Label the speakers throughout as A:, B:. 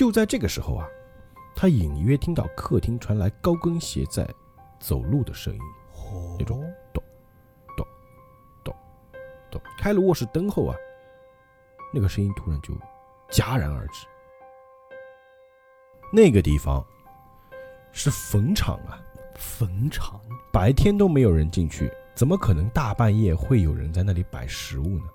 A: 就在这个时候啊，他隐约听到客厅传来高跟鞋在走路的声音，那种咚咚咚咚。开了卧室灯后啊，那个声音突然就戛然而止。那个地方是坟场啊，
B: 坟场
A: 白天都没有人进去，怎么可能大半夜会有人在那里摆食物呢？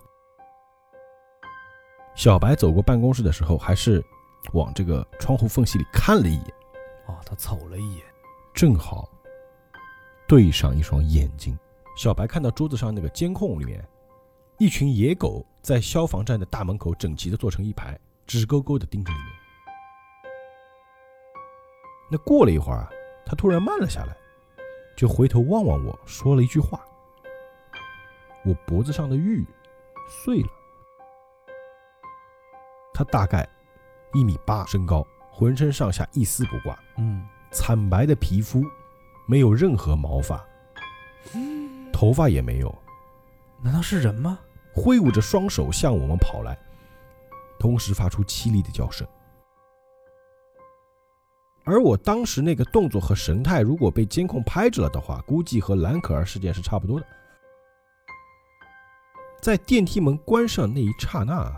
A: 小白走过办公室的时候，还是往这个窗户缝隙里看了一眼。
B: 他瞅了一眼，
A: 正好对上一双眼睛。小白看到桌子上那个监控里面，一群野狗在消防站的大门口整齐地坐成一排，直勾勾地盯着里面。那过了一会儿啊，他突然慢了下来，就回头望望我，说了一句话：我脖子上的玉碎了。他大概1.8米身高，浑身上下一丝不挂，惨白的皮肤，没有任何毛发，头发也没有。
B: 难道是人吗？
A: 挥舞着双手向我们跑来，同时发出凄厉的叫声。而我当时那个动作和神态，如果被监控拍着了的话，估计和蓝可儿事件是差不多的。在电梯门关上那一刹那，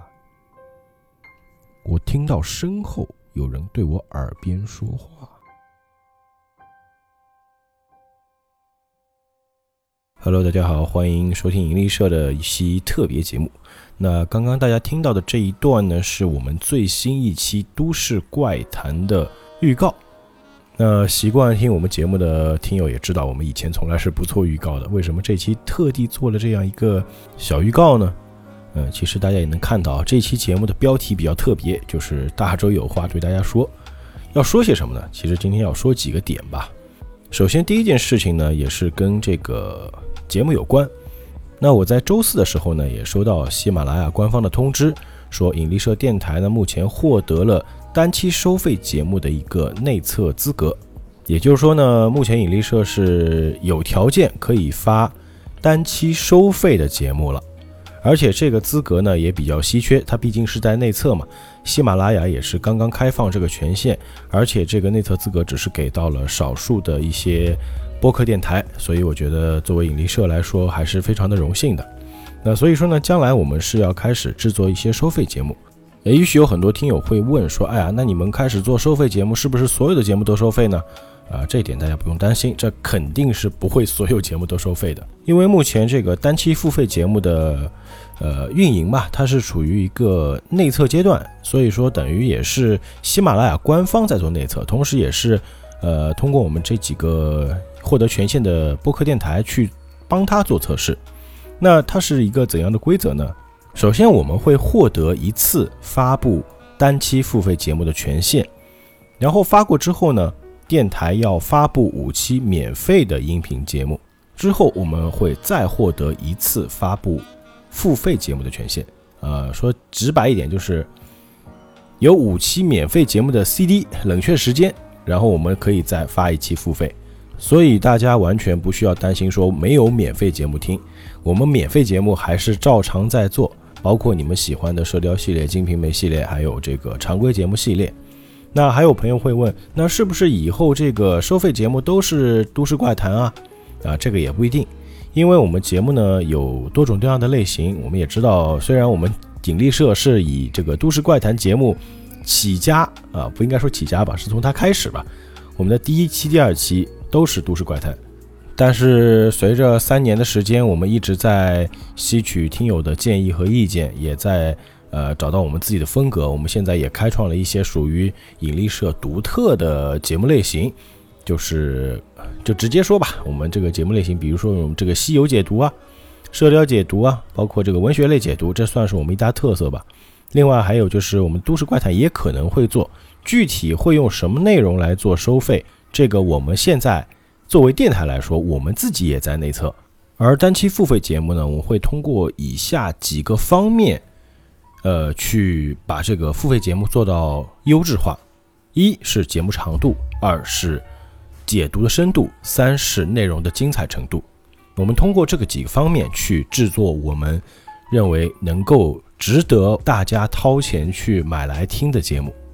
A: 我听到身后有人对我耳边说话。Hello， 大家好，欢迎收听引力社的一期特别节目。那刚刚大家听到的这一段呢，是我们最新一期《都市怪谈》的预告。那习惯听我们节目的听友也知道，我们以前从来是不做预告的。为什么这期特地做了这样一个小预告呢？其实大家也能看到，这期节目的标题比较特别，就是大周有话对大家说。要说些什么呢？其实今天要说几个点吧。首先第一件事情呢，也是跟这个节目有关。那我在周四的时候呢，也收到喜马拉雅官方的通知，说引力社电台呢目前获得了单期收费节目的一个内测资格。也就是说呢，目前引力社是有条件可以发单期收费的节目了。而且这个资格呢也比较稀缺，它毕竟是在内测嘛，喜马拉雅也是刚刚开放这个权限，而且这个内测资格只是给到了少数的一些播客电台，所以我觉得作为引力社来说还是非常的荣幸的。那所以说呢，将来我们是要开始制作一些收费节目。也许有很多听友会问说，哎呀，那你们开始做收费节目，是不是所有的节目都收费呢？这一点大家不用担心，这肯定是不会所有节目都收费的。因为目前这个单期付费节目的运营吧，它是处于一个内测阶段，所以说等于也是喜马拉雅官方在做内测，同时也是通过我们这几个获得权限的播客电台去帮他做测试。那它是一个怎样的规则呢？首先我们会获得一次发布单期付费节目的权限，然后发过之后呢，电台要发布5期免费的音频节目，之后我们会再获得一次发布付费节目的权限。说直白一点，就是有5期免费节目的 CD 冷却时间，然后我们可以再发1期付费。所以大家完全不需要担心说没有免费节目听，我们免费节目还是照常在做，包括你们喜欢的射雕系列、金瓶梅系列，还有这个常规节目系列。那还有朋友会问，那是不是以后这个收费节目都是都市怪谈啊？这个也不一定，因为我们节目呢有多种多样的类型。我们也知道，虽然我们引力社是以这个都市怪谈节目起家不应该说起家吧，是从它开始吧。我们的第1期、第2期都是都市怪谈，但是随着3年的时间，我们一直在吸取听友的建议和意见，也在找到我们自己的风格。我们现在也开创了一些属于引力社独特的节目类型，就直接说吧，我们这个节目类型，比如说我们这个西游解读啊、射雕解读啊，包括这个文学类解读，这算是我们一大特色吧。另外还有就是我们都市怪谈也可能会做，具体会用什么内容来做收费，这个我们现在作为电台来说，我们自己也在内测。而单期付费节目呢，我们会通过以下几个方面去把这个付费节目做到优质化。1是节目长度，2是解读的深度，3是内容的精彩程度。我们通过这个几个方面去制作我们认为能够值得大家掏钱去买来听的节目。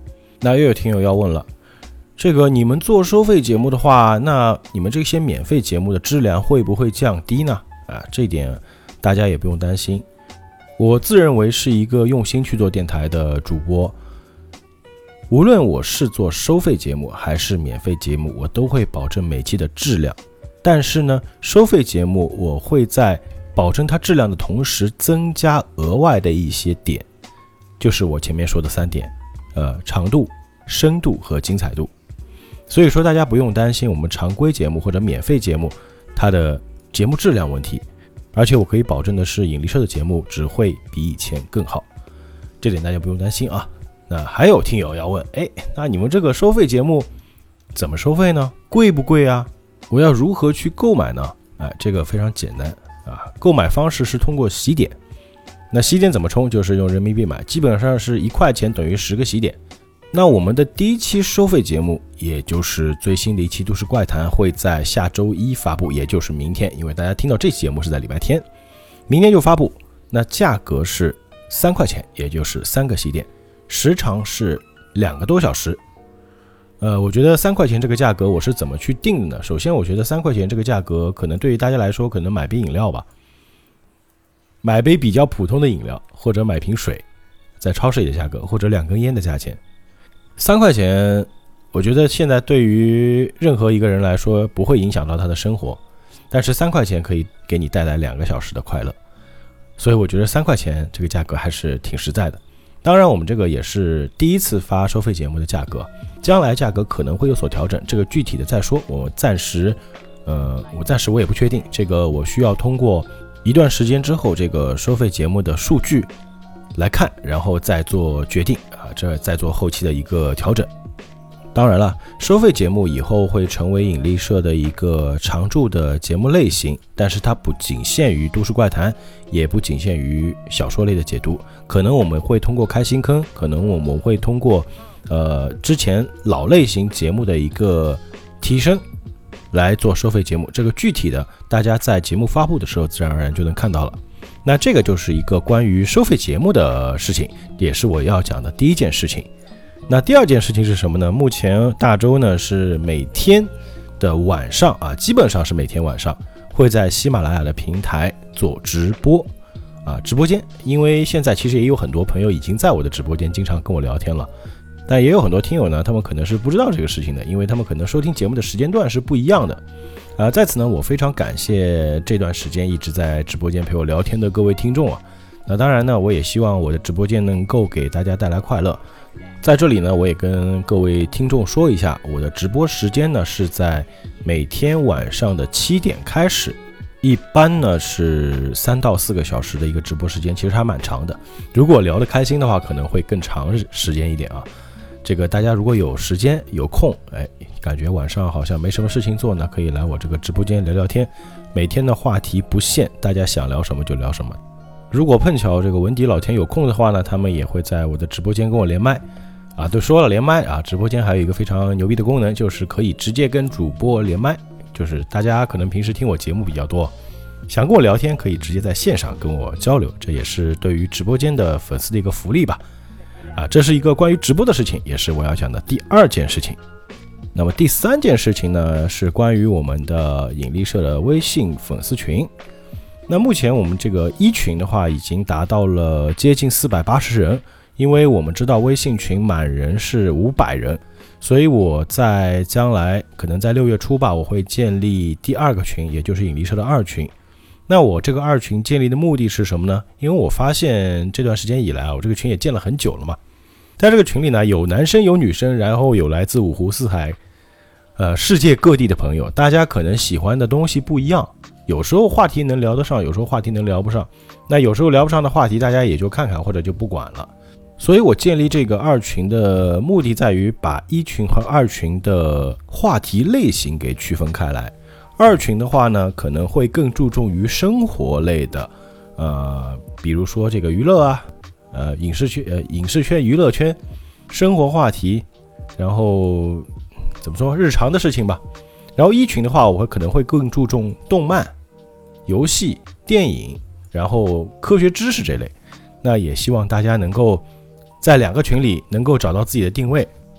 A: 那又有听友要问了，这个你们做收费节目的话，那你们这些免费节目的质量会不会降低呢？这一点大家也不用担心。我自认为是一个用心去做电台的主播，无论我是做收费节目还是免费节目，我都会保证每期的质量。但是呢，收费节目我会在保证它质量的同时增加额外的一些点，就是我前面说的3点，长度、深度和精彩度。所以说大家不用担心我们常规节目或者免费节目它的节目质量问题，而且我可以保证的是引力社的节目只会比以前更好，这点大家不用担心啊。那还有听友要问，那你们这个收费节目怎么收费呢？贵不贵啊？我要如何去购买呢？这个非常简单啊，购买方式是通过洗点。那洗点怎么充？就是用人民币买，基本上是1块钱等于10个洗点。那我们的第一期收费节目，也就是最新的一期都市怪谈，会在下周一发布，也就是明天，因为大家听到这期节目是在礼拜天，明天就发布。那价格是3块钱，也就是3个洗点，时长是2个多小时。我觉得3块钱这个价格我是怎么去定的呢？首先我觉得3块钱这个价格可能对于大家来说，可能买杯饮料吧，买杯比较普通的饮料，或者买瓶水，在超市里的价格，或者2根烟的价钱。3块钱我觉得现在对于任何一个人来说不会影响到他的生活，但是3块钱可以给你带来2个小时的快乐，所以我觉得3块钱这个价格还是挺实在的。当然我们这个也是第一次发收费节目的价格，将来价格可能会有所调整，这个具体的再说，我暂时我也不确定，这个我需要通过一段时间之后这个收费节目的数据来看，然后再做决定这再做后期的一个调整。当然了，收费节目以后会成为引力社的一个常驻的节目类型，但是它不仅限于都市怪谈，也不仅限于小说类的解读，可能我们会通过开新坑，可能我们会通过之前老类型节目的一个提升来做收费节目，这个具体的大家在节目发布的时候自然而然就能看到了。那这个就是一个关于收费节目的事情，也是我要讲的第一件事情。那第二件事情是什么呢？目前大周呢是每天的晚上基本上是每天晚上会在喜马拉雅的平台做直播直播间，因为现在其实也有很多朋友已经在我的直播间经常跟我聊天了，但也有很多听友呢，他们可能是不知道这个事情的，因为他们可能收听节目的时间段是不一样的。在此呢，我非常感谢这段时间一直在直播间陪我聊天的各位听众那当然呢，我也希望我的直播间能够给大家带来快乐。在这里呢，我也跟各位听众说一下，我的直播时间呢是在每天晚上的7点开始，一般呢是3到4个小时的一个直播时间，其实还蛮长的。如果聊得开心的话，可能会更长时间一点这个大家如果有时间有空，感觉晚上好像没什么事情做呢，可以来我这个直播间聊聊天。每天的话题不限，大家想聊什么就聊什么。如果碰巧这个文迪老天有空的话呢，他们也会在我的直播间跟我连麦都说了连麦直播间还有一个非常牛逼的功能，就是可以直接跟主播连麦，就是大家可能平时听我节目比较多，想跟我聊天可以直接在线上跟我交流，这也是对于直播间的粉丝的一个福利吧。这是一个关于直播的事情，也是我要讲的第2件事情。那么第3件事情呢，是关于我们的引力社的微信粉丝群。那目前我们这个一群的话已经达到了接近480人，因为我们知道微信群满人是500人，所以我在将来可能在6月初吧，我会建立第2个群，也就是引力社的2群。那我这个2群建立的目的是什么呢？因为我发现这段时间以来我这个群也建了很久了嘛，在这个群里呢，有男生有女生，然后有来自5湖4海世界各地的朋友，大家可能喜欢的东西不一样，有时候话题能聊得上，有时候话题能聊不上，那有时候聊不上的话题大家也就看看或者就不管了。所以我建立这个2群的目的在于把1群和2群的话题类型给区分开来。2群的话呢，可能会更注重于生活类的比如说这个娱乐影视圈娱乐圈生活话题，然后怎么说日常的事情吧。然后1群的话，我可能会更注重动漫、游戏、电影，然后科学知识这类。那也希望大家能够在2个群里能够找到自己的定位，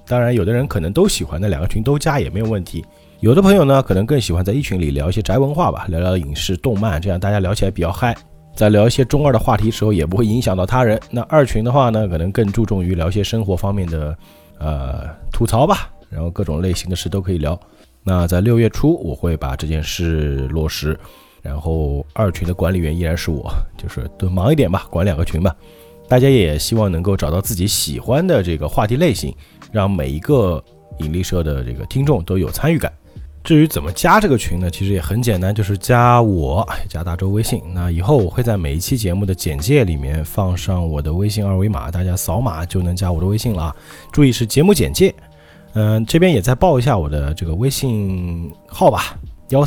A: 当然有的人可能都喜欢，那2个群都加也没有问题。有的朋友呢可能更喜欢在一群里聊一些宅文化吧，聊聊影视动漫，这样大家聊起来比较嗨，在聊一些中二的话题的时候也不会影响到他人。那2群的话呢，可能更注重于聊一些生活方面的吐槽吧，然后各种类型的事都可以聊。那在6月初我会把这件事落实，然后2群的管理员依然是我，就是多忙一点吧，管2个群吧。大家也希望能够找到自己喜欢的这个话题类型，让每一个引力社的这个听众都有参与感。至于怎么加这个群呢，其实也很简单，就是加我，加大周微信。那以后我会在每一期节目的简介里面放上我的微信2维码，大家扫码就能加我的微信了。注意是节目简介。这边也再报一下我的这个微信号吧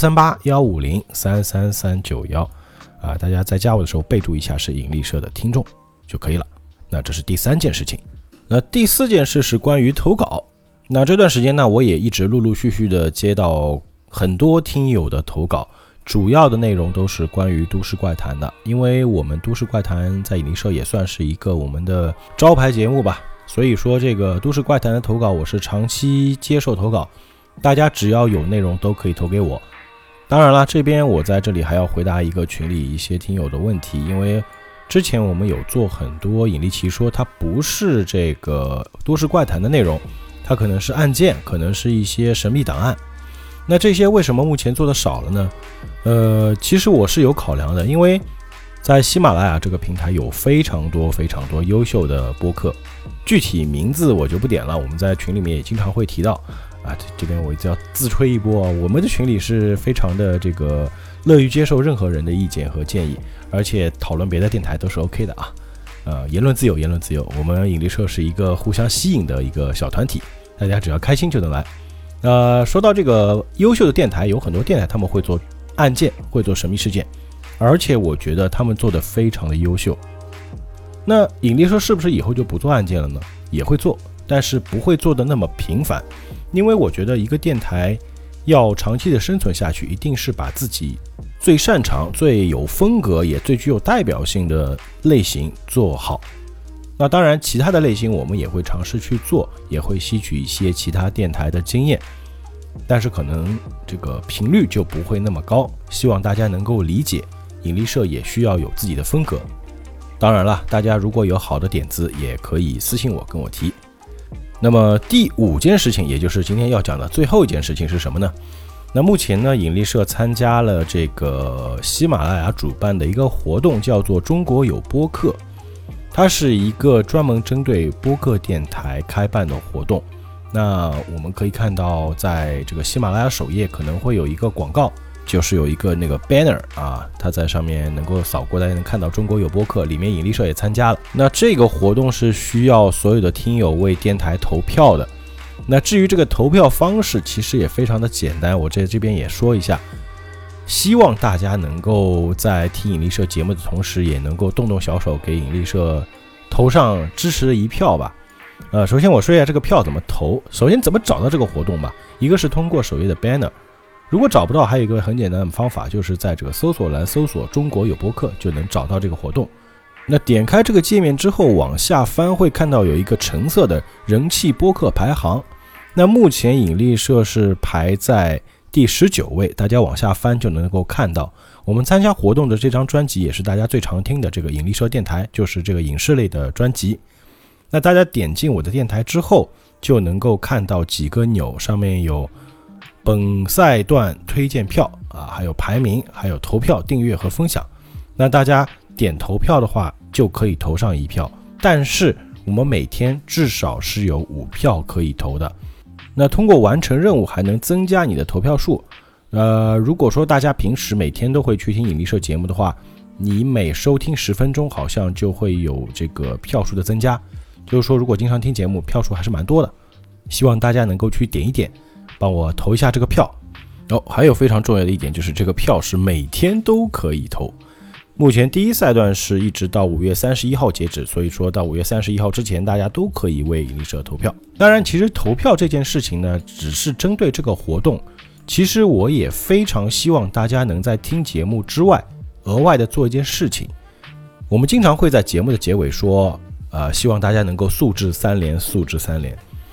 A: ，13815033391大家在加我的时候备注一下是引力社的听众就可以了。那这是第3件事情。那第4件事是关于投稿。那这段时间呢，我也一直陆陆续续的接到很多听友的投稿，主要的内容都是关于都市怪谈的。因为我们都市怪谈在引力社也算是一个我们的招牌节目吧，所以说这个都市怪谈的投稿我是长期接受投稿，大家只要有内容都可以投给我。当然了，这边我在这里还要回答一个群里一些听友的问题，因为之前我们有做很多引力奇说，它不是这个都市怪谈的内容，它可能是案件，可能是一些神秘档案。那这些为什么目前做的少了呢？其实我是有考量的，因为在喜马拉雅这个平台有非常多优秀的播客，具体名字我就不点了，我们在群里面也经常会提到这边我一直要自吹一波我们的群里是非常的这个乐于接受任何人的意见和建议，而且讨论别的电台都是 OK 的言论自由，我们引力社是一个互相吸引的一个小团体，大家只要开心就能来。说到这个优秀的电台，有很多电台他们会做案件，会做神秘事件，而且我觉得他们做得非常的优秀。那引力社是不是以后就不做案件了呢？也会做，但是不会做得那么频繁，因为我觉得一个电台要长期的生存下去，一定是把自己最擅长、最有风格也最具有代表性的类型做好。那当然其他的类型我们也会尝试去做，也会吸取一些其他电台的经验，但是可能这个频率就不会那么高，希望大家能够理解，引力社也需要有自己的风格。当然了，大家如果有好的点子也可以私信我跟我提。那么第5件事情，也就是今天要讲的最后一件事情是什么呢？那目前呢，引力社参加了这个喜马拉雅主办的一个活动，叫做中国有播客。它是一个专门针对播客电台开办的活动。那我们可以看到在这个喜马拉雅首页可能会有一个广告，就是有一个那个 banner 它在上面能够扫过，大家能看到中国有播客，里面引力社也参加了。那这个活动是需要所有的听友为电台投票的。那至于这个投票方式其实也非常的简单，我在这边也说一下，希望大家能够在听引力社节目的同时，也能够动动小手给引力社投上支持的一票吧。首先我说一下这个票怎么投。首先怎么找到这个活动吧，一个是通过首页的 banner， 如果找不到，还有一个很简单的方法，就是在这个搜索栏搜索中国有播客就能找到这个活动。那点开这个界面之后往下翻，会看到有一个橙色的人气播客排行。那目前引力社是排在第19位，大家往下翻就能够看到我们参加活动的这张专辑，也是大家最常听的这个引力社电台，就是这个影视类的专辑。那大家点进我的电台之后，就能够看到几个钮，上面有本赛段推荐票还有排名，还有投票、订阅和分享。那大家点投票的话就可以投上1票，但是我们每天至少是有5票可以投的。那通过完成任务还能增加你的投票数。如果说大家平时每天都会去听引力社节目的话，你每收听10分钟好像就会有这个票数的增加，就是说如果经常听节目，票数还是蛮多的。希望大家能够去点一点，帮我投一下这个票。还有非常重要的一点，就是这个票是每天都可以投。目前第1赛段是一直到5月31号截止，所以说到5月31号之前大家都可以为引力社投票。当然其实投票这件事情呢，只是针对这个活动，其实我也非常希望大家能在听节目之外额外的做一件事情。我们经常会在节目的结尾说希望大家能够素质3连。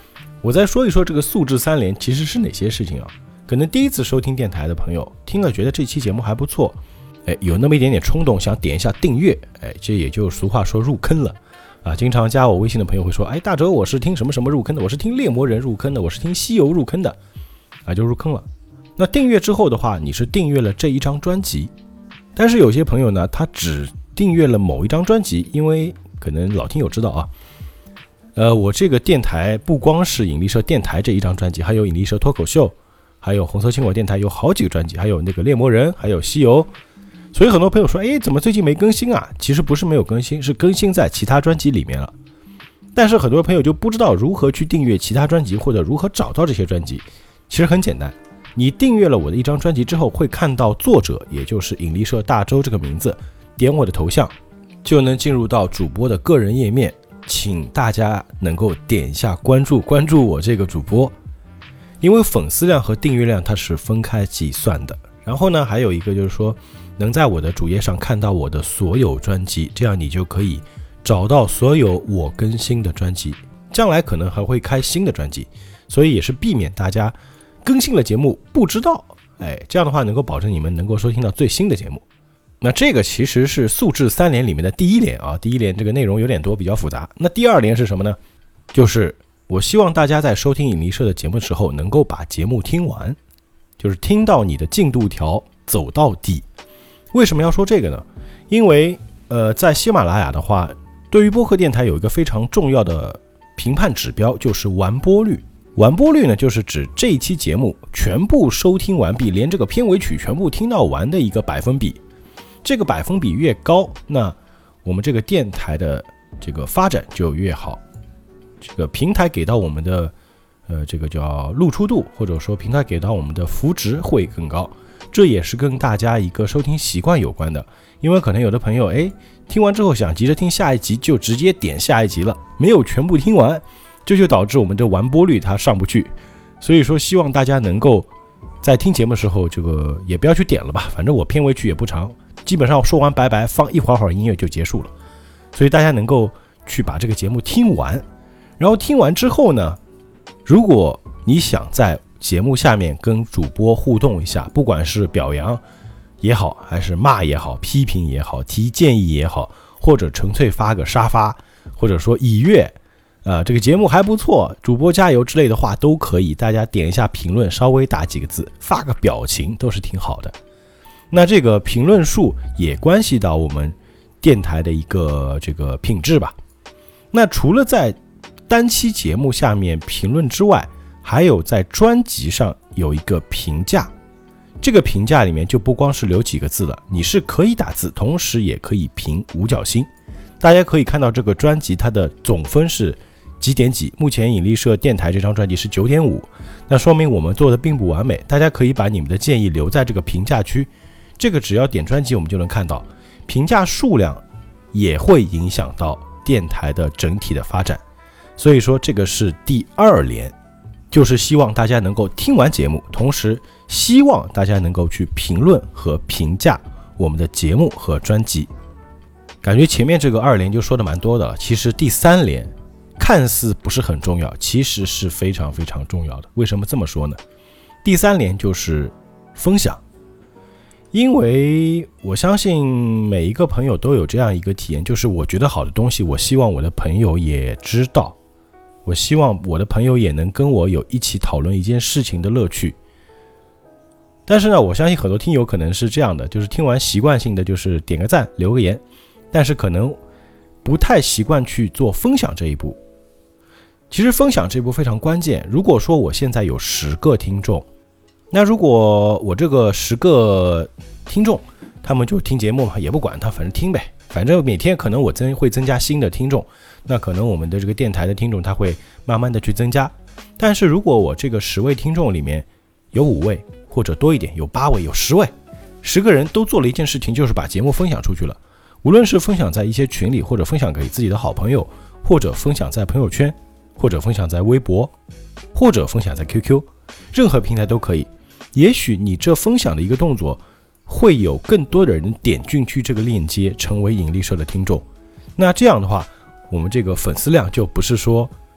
A: 我再说一说这个素质3连其实是哪些事情啊？可能第一次收听电台的朋友听了觉得这期节目还不错，有那么一点点冲动想点一下订阅，这也就俗话说入坑了啊。经常加我微信的朋友会说，大哲我是听什么什么入坑的，我是听猎魔人入坑的，我是听西游入坑的啊，就入坑了。那订阅之后的话，你是订阅了这一张专辑，但是有些朋友呢，他只订阅了某一张专辑，因为可能老听友知道啊，我这个电台不光是引力社电台这一张专辑，还有引力社脱口秀，还有红色青果电台有好几个专辑，还有那个猎魔人，还有西游。所以很多朋友说，怎么最近没更新啊？其实不是没有更新，是更新在其他专辑里面了。但是很多朋友就不知道如何去订阅其他专辑，或者如何找到这些专辑。其实很简单，你订阅了我的一张专辑之后，会看到作者，也就是引力社大周这个名字，点我的头像就能进入到主播的个人页面，请大家能够点一下关注我这个主播，因为粉丝量和订阅量它是分开计算的。然后呢，还有一个就是说，能在我的主页上看到我的所有专辑，这样你就可以找到所有我更新的专辑，将来可能还会开新的专辑，所以也是避免大家更新了节目不知道，这样的话能够保证你们能够收听到最新的节目。那这个其实是素质3连里面的第一连啊，第一连这个内容有点多，比较复杂。那第二连是什么呢？就是我希望大家在收听引力社的节目的时候，能够把节目听完，就是听到你的进度条走到底。为什么要说这个呢？因为在喜马拉雅的话，对于播客电台有一个非常重要的评判指标，就是完播率。完播率呢，就是指这一期节目全部收听完毕，连这个片尾曲全部听到完的一个百分比。这个百分比越高，那我们这个电台的这个发展就越好，这个平台给到我们的这个叫露出度，或者说平台给到我们的扶值会更高。这也是跟大家一个收听习惯有关的，因为可能有的朋友听完之后想急着听下一集，就直接点下一集了，没有全部听完，这就导致我们的完播率它上不去。所以说希望大家能够在听节目的时候，这个也不要去点了吧，反正我片尾曲也不长，基本上说完拜拜，放一会儿音乐就结束了。所以大家能够去把这个节目听完，然后听完之后呢，如果你想在节目下面跟主播互动一下，不管是表扬也好，还是骂也好，批评也好，提建议也好，或者纯粹发个沙发，或者说已阅这个节目还不错，主播加油之类的话都可以，大家点一下评论，稍微打几个字，发个表情都是挺好的。那这个评论数也关系到我们电台的一个这个品质吧。那除了在单期节目下面评论之外，还有在专辑上有一个评价，这个评价里面就不光是留几个字了，你是可以打字，同时也可以评五角星。大家可以看到这个专辑它的总分是几点几，目前引力社电台这张专辑是 9.5， 那说明我们做的并不完美，大家可以把你们的建议留在这个评价区，这个只要点专辑我们就能看到，评价数量也会影响到电台的整体的发展。所以说这个是第二连，就是希望大家能够听完节目，同时希望大家能够去评论和评价我们的节目和专辑。感觉前面这个二连就说的蛮多的了，其实第三连看似不是很重要，其实是非常非常重要的。为什么这么说呢？第三连就是分享，因为我相信每一个朋友都有这样一个体验，就是我觉得好的东西，我希望我的朋友也知道，我希望我的朋友也能跟我有一起讨论一件事情的乐趣。但是呢，我相信很多听友可能是这样的，就是听完习惯性的就是点个赞留个言，但是可能不太习惯去做分享这一步。其实分享这一步非常关键，如果说我现在有10个听众，那如果我这个10个听众他们就听节目嘛，也不管他，反正听呗，反正每天可能我会增加新的听众，那可能我们的这个电台的听众他会慢慢的去增加。但是如果我这个10位听众里面有5位或者多一点，有8位有10位，10个人都做了一件事情，就是把节目分享出去了，无论是分享在一些群里，或者分享给自己的好朋友，或者分享在朋友圈，或者分享在微博，或者分享在 QQ， 任何平台都可以。也许你这分享的一个动作会有更多的人点进去这个链接，成为引力社的听众。那这样的话，我们这个粉丝量就不是说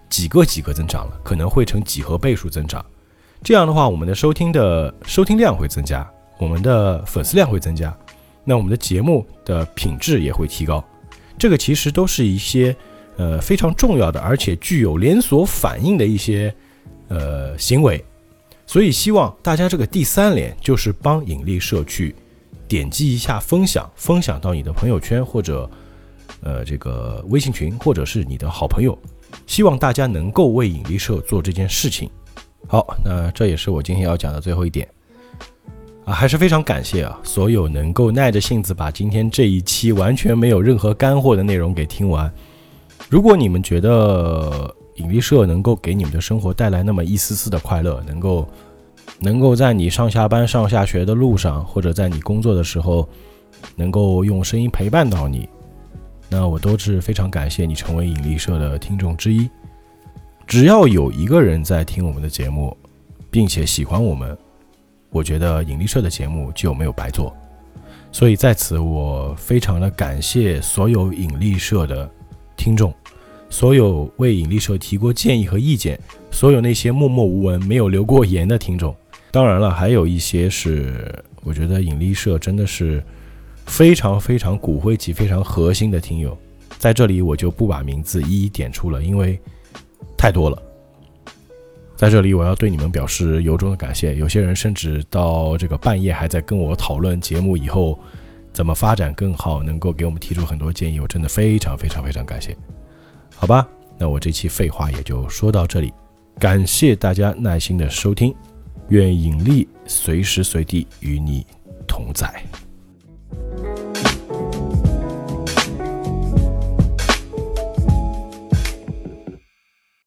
A: 几个增长了，可能会成几何倍数增长。这样的话，我们的收听量会增加，我们的粉丝量会增加，那我们的节目的品质也会提高。这个其实都是一些非常重要的，而且具有连锁反应的一些行为。所以希望大家这个第3连就是帮引力社去点击一下分享到你的朋友圈或者这个微信群，或者是你的好朋友，希望大家能够为引力社做这件事情。好，那这也是我今天要讲的最后一点还是非常感谢所有能够耐着性子把今天这一期完全没有任何干货的内容给听完。如果你们觉得引力社能够给你们的生活带来那么一丝丝的快乐，能够在你上下班上下学的路上，或者在你工作的时候能够用声音陪伴到你，那我都是非常感谢你成为引力社的听众之一。只要有一个人在听我们的节目并且喜欢我们，我觉得引力社的节目就没有白做。所以在此我非常的感谢所有引力社的听众，所有为引力社提过建议和意见，所有那些默默无闻没有留过言的听众。当然了，还有一些是我觉得引力社真的是非常非常骨灰级非常核心的听友，在这里我就不把名字一一点出了，因为太多了。在这里我要对你们表示由衷的感谢，有些人甚至到这个半夜还在跟我讨论节目以后怎么发展更好，能够给我们提出很多建议，我真的非常非常非常感谢。好吧，那我这期废话也就说到这里，感谢大家耐心的收听，愿引力随时随地与你同在。